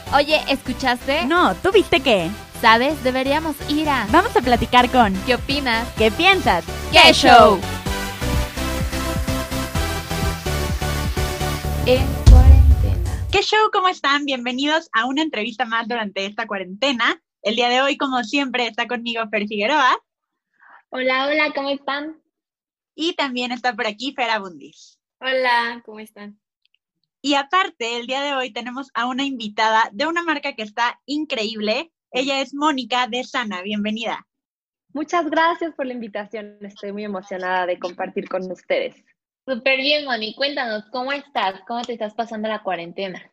Oye, ¿escuchaste? No, ¿tú viste qué? ¿Sabes? Deberíamos ir a... Vamos a platicar con... ¿Qué opinas? ¿Qué piensas? ¡Qué show! En cuarentena. ¿Qué show? ¿Cómo están? Bienvenidos a una entrevista más durante esta cuarentena. El día de hoy, como siempre, está conmigo Fer Figueroa. Hola, hola, ¿cómo están? Y también está por aquí Fer Abundis. Hola, ¿cómo están? Y aparte, el día de hoy tenemos a una invitada de una marca que está increíble. Ella es Mónica de Sana. Bienvenida. Muchas gracias por la invitación. Estoy muy emocionada de compartir con ustedes. Súper bien, Moni. Cuéntanos, ¿cómo estás? ¿Cómo te estás pasando la cuarentena?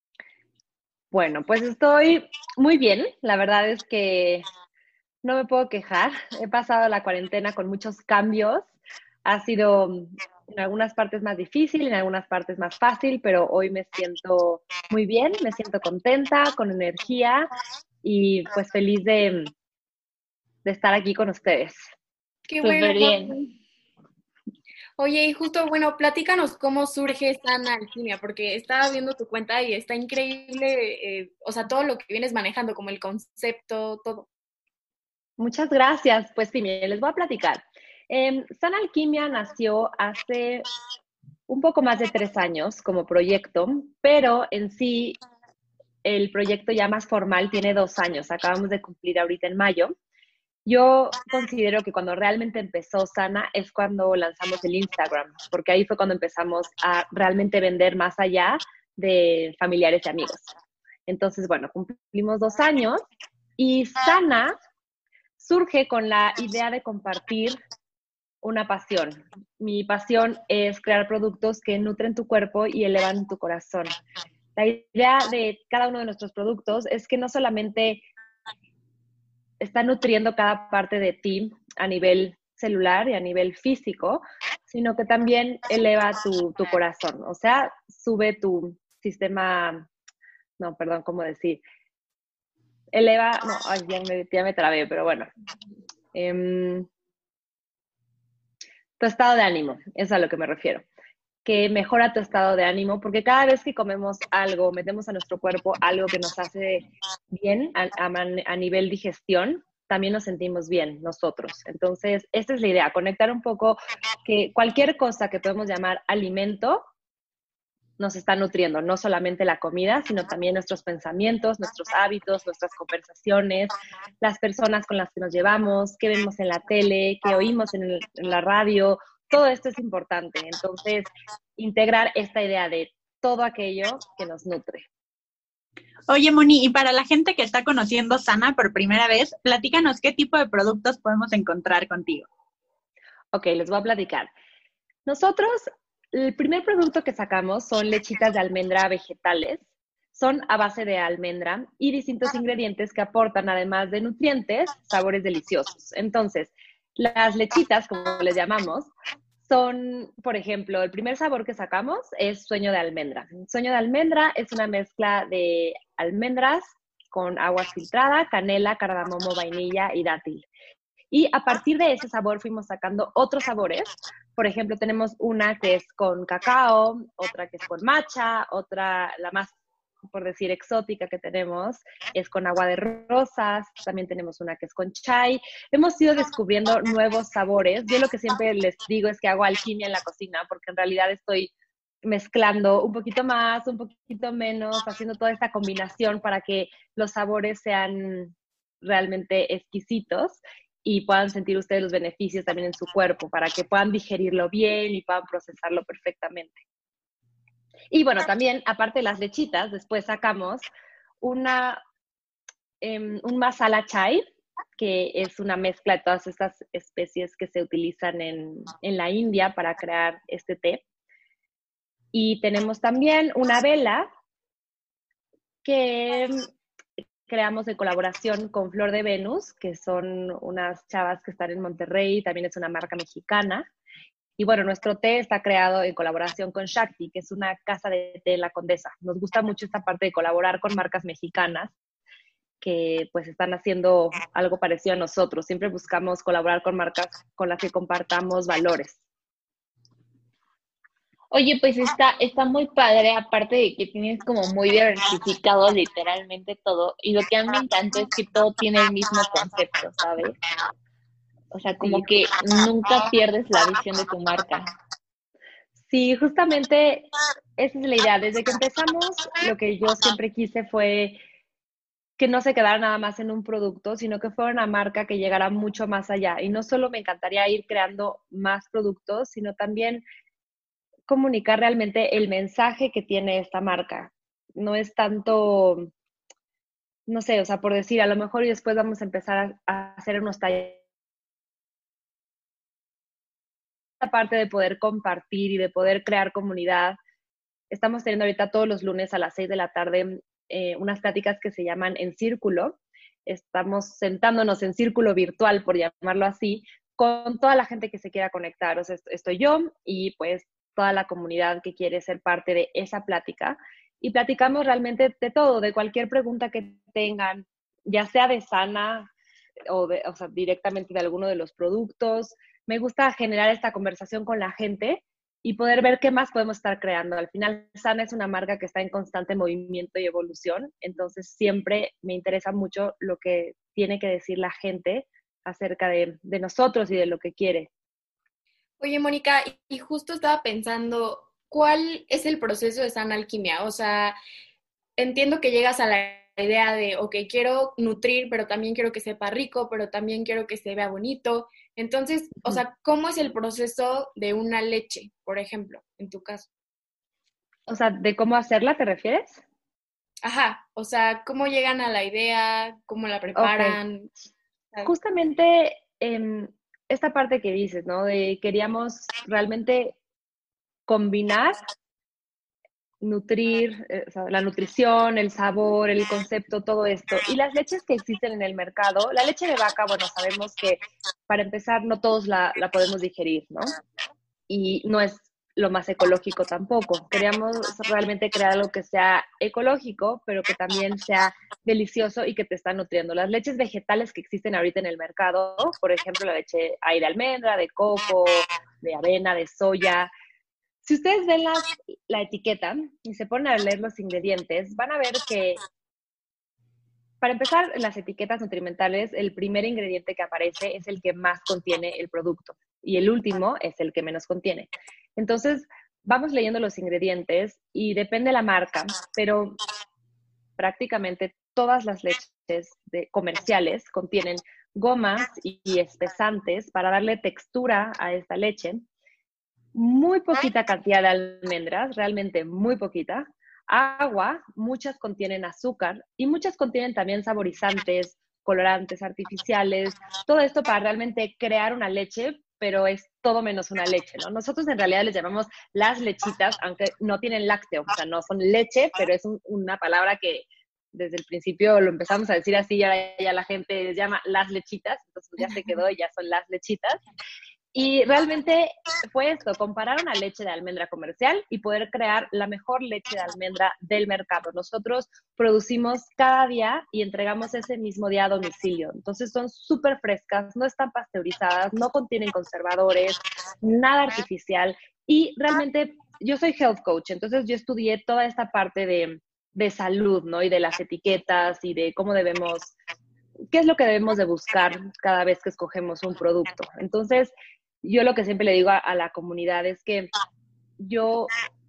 Bueno, pues estoy muy bien. La verdad es que no me puedo quejar. He pasado la cuarentena con muchos cambios. Ha sido en algunas partes más difícil, en algunas partes más fácil, pero hoy me siento muy bien, me siento contenta, con energía y pues feliz de estar aquí con ustedes. Qué Súper bueno, bien. Moni. Oye, y justo, bueno, platícanos cómo surge Sana Alquimia, porque estaba viendo tu cuenta y está increíble, o sea, todo lo que vienes manejando, como el concepto, todo. Muchas gracias. Pues sí, miren, les voy a platicar. Sana Alquimia nació hace un poco más de 3 años como proyecto, pero en sí el proyecto ya más formal tiene 2 años. Acabamos de cumplir ahorita en mayo. Yo considero que cuando realmente empezó Sana es cuando lanzamos el Instagram, porque ahí fue cuando empezamos a realmente vender más allá de familiares y amigos. Entonces, bueno, cumplimos 2 años y Sana surge con la idea de compartir una pasión. Mi pasión es crear productos que nutren tu cuerpo y elevan tu corazón. La idea de cada uno de nuestros productos es que no solamente está nutriendo cada parte de ti a nivel celular y a nivel físico, sino que también eleva tu corazón. O sea, sube tu sistema, no, perdón, ¿cómo decir? Eleva, no, ay, ya me trabé, pero bueno. Tu estado de ánimo, es a lo que me refiero. Que mejora tu estado de ánimo, porque cada vez que comemos algo, metemos a nuestro cuerpo algo que nos hace bien a nivel digestión, también nos sentimos bien nosotros. Entonces, esta es la idea, conectar un poco que cualquier cosa que podemos llamar alimento nos está nutriendo, no solamente la comida, sino también nuestros pensamientos, nuestros hábitos, nuestras conversaciones, las personas con las que nos llevamos, qué vemos en la tele, qué oímos en la radio, todo esto es importante. Entonces, integrar esta idea de todo aquello que nos nutre. Oye, Moni, y para la gente que está conociendo Sana por primera vez, platícanos qué tipo de productos podemos encontrar contigo. Ok, les voy a platicar. Nosotros, el primer producto que sacamos son lechitas de almendra vegetales. Son a base de almendra y distintos ingredientes que aportan, además de nutrientes, sabores deliciosos. Entonces, las lechitas, como les llamamos, son, por ejemplo, el primer sabor que sacamos es sueño de almendra. Sueño de almendra es una mezcla de almendras con agua filtrada, canela, cardamomo, vainilla y dátil. Y a partir de ese sabor fuimos sacando otros sabores. Por ejemplo, tenemos una que es con cacao, otra que es con matcha, otra, la más, por decir, exótica que tenemos, es con agua de rosas. También tenemos una que es con chai. Hemos ido descubriendo nuevos sabores. Yo lo que siempre les digo es que hago alquimia en la cocina, porque en realidad estoy mezclando un poquito más, un poquito menos, haciendo toda esta combinación para que los sabores sean realmente exquisitos y puedan sentir ustedes los beneficios también en su cuerpo, para que puedan digerirlo bien y puedan procesarlo perfectamente. Y bueno, también, aparte de las lechitas, después sacamos un masala chai, que es una mezcla de todas estas especies que se utilizan en la India para crear este té. Y tenemos también una vela que creamos en colaboración con Flor de Venus, que son unas chavas que están en Monterrey, también es una marca mexicana. Y bueno, nuestro té está creado en colaboración con Shakti, que es una casa de té en La Condesa. Nos gusta mucho esta parte de colaborar con marcas mexicanas que pues están haciendo algo parecido a nosotros. Siempre buscamos colaborar con marcas con las que compartamos valores. Oye, pues está muy padre, aparte de que tienes como muy diversificado literalmente todo. Y lo que a mí me encanta es que todo tiene el mismo concepto, ¿sabes? O sea, Sí, como que nunca pierdes la visión de tu marca. sí, justamente esa es la idea. Desde que empezamos, lo que yo siempre quise fue que no se quedara nada más en un producto, sino que fuera una marca que llegara mucho más allá. Y no solo me encantaría ir creando más productos, sino también comunicar realmente el mensaje que tiene esta marca. No es tanto, no sé, o sea, por decir, a lo mejor y después vamos a empezar a hacer unos talleres, aparte de poder compartir y de poder crear comunidad. Estamos teniendo ahorita todos los lunes a las 6 de la tarde unas pláticas que se llaman En Círculo. Estamos sentándonos en círculo virtual, por llamarlo así, con toda la gente que se quiera conectar. O sea, estoy yo y pues toda la comunidad que quiere ser parte de esa plática. Y platicamos realmente de todo, de cualquier pregunta que tengan, ya sea de Sana o sea, directamente de alguno de los productos. Me gusta generar esta conversación con la gente y poder ver qué más podemos estar creando. Al final, Sana es una marca que está en constante movimiento y evolución, entonces siempre me interesa mucho lo que tiene que decir la gente acerca de nosotros y de lo que quiere. Oye, Mónica, y justo estaba pensando, ¿cuál es el proceso de Sana Alquimia? O sea, entiendo que llegas a la idea de, ok, quiero nutrir, pero también quiero que sepa rico, pero también quiero que se vea bonito. Entonces, o sea, ¿cómo es el proceso de una leche, por ejemplo, en tu caso? O sea, ¿de cómo hacerla te refieres? Ajá, o sea, ¿cómo llegan a la idea? ¿Cómo la Ok, preparan? ¿Sabes? justamente esta parte que dices, ¿no? De queríamos realmente combinar nutrir, o sea, la nutrición, el sabor, el concepto, todo esto. Y las leches que existen en el mercado, la leche de vaca, bueno, sabemos que para empezar no todos la podemos digerir, ¿no? Y no es lo más ecológico tampoco. Queríamos realmente crear algo que sea ecológico, pero que también sea delicioso y que te está nutriendo. Las leches vegetales que existen ahorita en el mercado, por ejemplo, la leche hay de almendra, de coco, de avena, de soya, si ustedes ven la etiqueta y se ponen a leer los ingredientes, van a ver que, para empezar, en las etiquetas nutrimentales, el primer ingrediente que aparece es el que más contiene el producto y el último es el que menos contiene. Entonces, vamos leyendo los ingredientes y depende de la marca, pero prácticamente todas las leches comerciales contienen gomas y espesantes para darle textura a esta leche, muy poquita cantidad de almendras, realmente muy poquita, agua, muchas contienen azúcar y muchas contienen también saborizantes, colorantes artificiales, todo esto para realmente crear una leche, pero es todo menos una leche, ¿no? Nosotros en realidad les llamamos las lechitas, aunque no tienen lácteo, o sea, no son leche, pero es una palabra que desde el principio lo empezamos a decir así, y ahora ya la gente les llama las lechitas, entonces ya se quedó y ya son las lechitas. Y realmente fue esto, comparar una leche de almendra comercial y poder crear la mejor leche de almendra del mercado. Nosotros producimos cada día y entregamos ese mismo día a domicilio. Entonces son súper frescas, no están pasteurizadas, no contienen conservadores, nada artificial. Y realmente yo soy health coach, entonces yo estudié toda esta parte de salud, ¿no? Y de las etiquetas y de cómo debemos, qué es lo que debemos de buscar cada vez que escogemos un producto. Entonces, yo lo que siempre le digo a la comunidad es que yo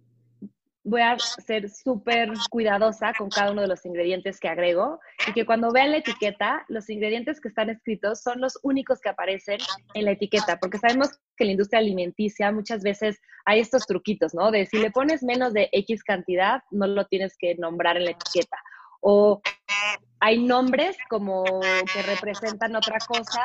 voy a ser súper cuidadosa con cada uno de los ingredientes que agrego y que cuando vean la etiqueta, los ingredientes que están escritos son los únicos que aparecen en la etiqueta, porque sabemos que en la industria alimenticia muchas veces hay estos truquitos, ¿no? De si le pones menos de X cantidad, no lo tienes que nombrar en la etiqueta. O hay nombres como que representan otra cosa.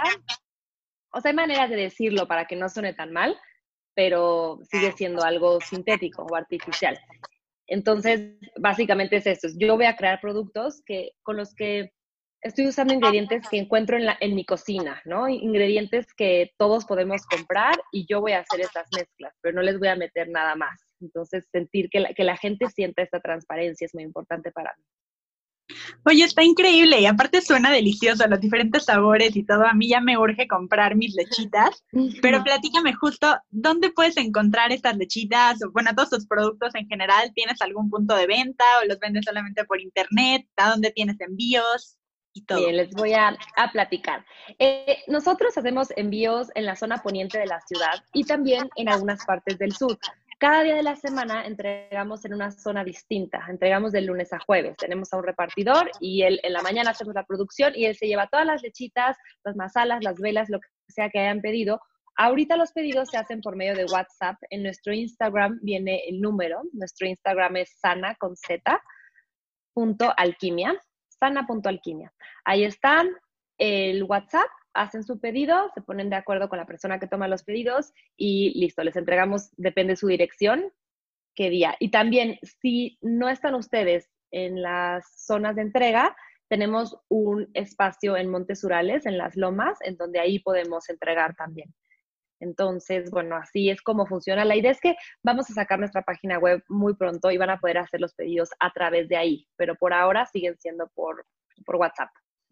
O sea, hay maneras de decirlo para que no suene tan mal, pero sigue siendo algo sintético o artificial. Entonces, básicamente es esto. Yo voy a crear productos con los que estoy usando ingredientes que encuentro en mi cocina, ¿no? Ingredientes que todos podemos comprar y yo voy a hacer estas mezclas, pero no les voy a meter nada más. Entonces, sentir que la gente sienta esta transparencia es muy importante para mí. Oye, está increíble y aparte suena delicioso, los diferentes sabores y todo. A mí ya me urge comprar mis lechitas, pero platícame justo, ¿dónde puedes encontrar estas lechitas? O, bueno, todos tus productos en general, ¿tienes algún punto de venta o los vendes solamente por internet? ¿A dónde tienes envíos? Y todo. Bien, les voy a platicar. Nosotros hacemos envíos en la zona poniente de la ciudad y también en algunas partes del sur. Cada día de la semana entregamos en una zona distinta, entregamos de lunes a jueves. Tenemos a un repartidor y él en la mañana hacemos la producción y él se lleva todas las lechitas, las masalas, las velas, lo que sea que hayan pedido. Ahorita los pedidos se hacen por medio de WhatsApp. En nuestro Instagram viene el número. Nuestro Instagram es sana.alquimia. Sana.alquimia. Ahí están el WhatsApp, hacen su pedido, se ponen de acuerdo con la persona que toma los pedidos y listo, les entregamos, depende de su dirección, qué día. Y también, si no están ustedes en las zonas de entrega, tenemos un espacio en Montes Urales, en las Lomas, en donde ahí podemos entregar también. Entonces, bueno, así es como funciona. La idea es que vamos a sacar nuestra página web muy pronto y van a poder hacer los pedidos a través de ahí, pero por ahora siguen siendo por WhatsApp.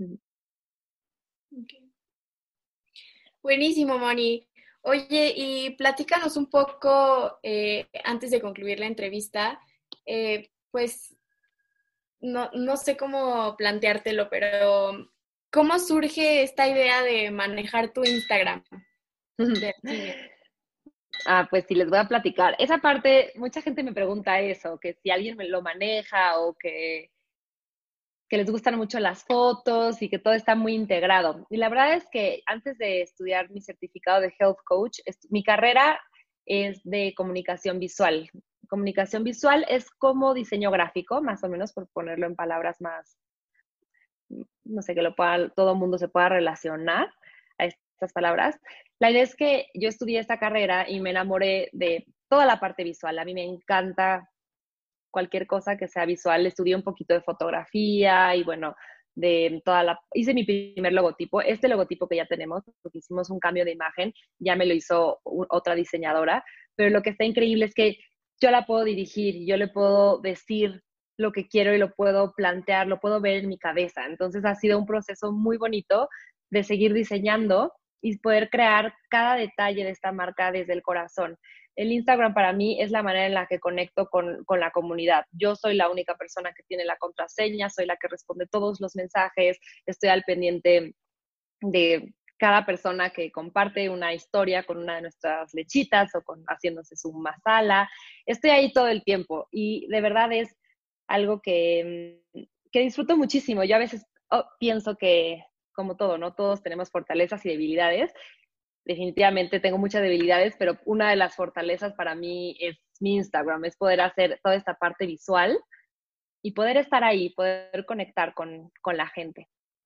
Okay. Buenísimo, Moni. Oye, y platícanos un poco, antes de concluir la entrevista, pues no sé cómo planteártelo, pero ¿cómo surge esta idea de manejar tu Instagram? Pues sí, les voy a platicar. Esa parte, mucha gente me pregunta eso, que si alguien me lo maneja o que les gustan mucho las fotos y que todo está muy integrado. Y la verdad es que antes de estudiar mi certificado de Health Coach, mi carrera es de comunicación visual. Comunicación visual es como diseño gráfico, más o menos, por ponerlo en palabras más, no sé, que todo el mundo se pueda relacionar a estas palabras. La idea es que yo estudié esta carrera y me enamoré de toda la parte visual. A mí me encanta cualquier cosa que sea visual. Estudié un poquito de fotografía y bueno, hice mi primer logotipo. Este logotipo que ya tenemos, porque hicimos un cambio de imagen, ya me lo hizo otra diseñadora, pero lo que está increíble es que yo la puedo dirigir, yo le puedo decir lo que quiero y lo puedo plantear, lo puedo ver en mi cabeza. Entonces ha sido un proceso muy bonito de seguir diseñando y poder crear cada detalle de esta marca desde el corazón. El Instagram para mí es la manera en la que conecto con la comunidad. Yo soy la única persona que tiene la contraseña, soy la que responde todos los mensajes, estoy al pendiente de cada persona que comparte una historia con una de nuestras lechitas o haciéndose su masala. Estoy ahí todo el tiempo y de verdad es algo que disfruto muchísimo. Yo a veces pienso que, como todo, ¿no? Todos tenemos fortalezas y debilidades. Definitivamente tengo muchas debilidades, pero una de las fortalezas para mí es mi Instagram, es poder hacer toda esta parte visual y poder estar ahí, poder conectar con la gente.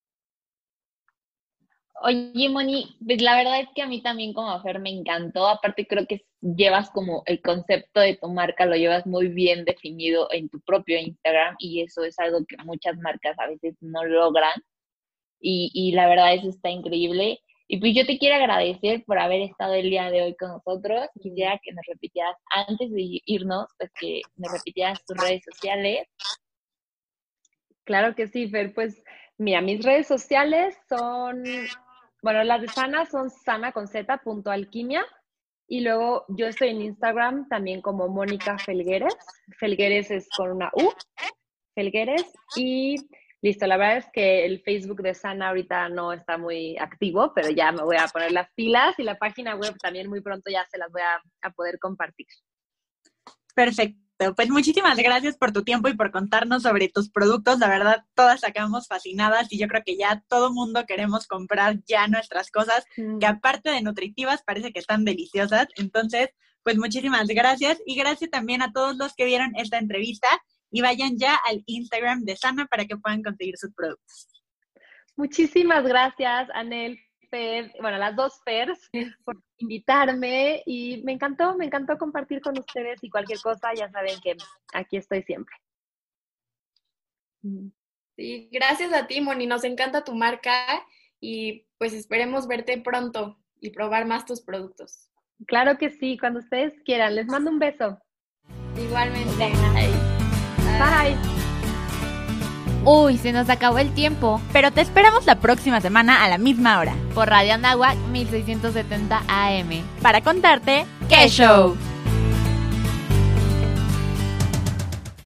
Oye, Moni, pues la verdad es que a mí también como Fer me encantó. Aparte creo que llevas como el concepto de tu marca, lo llevas muy bien definido en tu propio Instagram y eso es algo que muchas marcas a veces no logran. Y la verdad eso está increíble. Y pues yo te quiero agradecer por haber estado el día de hoy con nosotros. Quisiera que nos repitieras, antes de irnos, pues que nos repitieras tus redes sociales. Claro que sí, Fer. Pues mira, mis redes sociales son, bueno, las de Sana son sana.alquimia. Y luego yo estoy en Instagram también como Mónica Felgueres. Felgueres es con una U. Felgueres. Y listo, la verdad es que el Facebook de Sana ahorita no está muy activo, pero ya me voy a poner las pilas y la página web también muy pronto ya se las voy a poder compartir. Perfecto. Pues muchísimas gracias por tu tiempo y por contarnos sobre tus productos. La verdad, todas acabamos fascinadas y yo creo que ya todo mundo queremos comprar ya nuestras cosas, que aparte de nutritivas parece que están deliciosas. Entonces, pues muchísimas gracias y gracias también a todos los que vieron esta entrevista y vayan ya al Instagram de Sana para que puedan conseguir sus productos. Muchísimas gracias, Anel, Fer, bueno, las dos Fers, por invitarme y me encantó compartir con ustedes y cualquier cosa, ya saben que aquí estoy siempre. Sí, gracias a ti, Moni, nos encanta tu marca y pues esperemos verte pronto y probar más tus productos. Claro que sí, cuando ustedes quieran. Les mando un beso. Igualmente. Bye. Bye. Uy, se nos acabó el tiempo. Pero te esperamos la próxima semana a la misma hora Por Radio Anáhuac 1670 AM. para contarte ¡Qué show!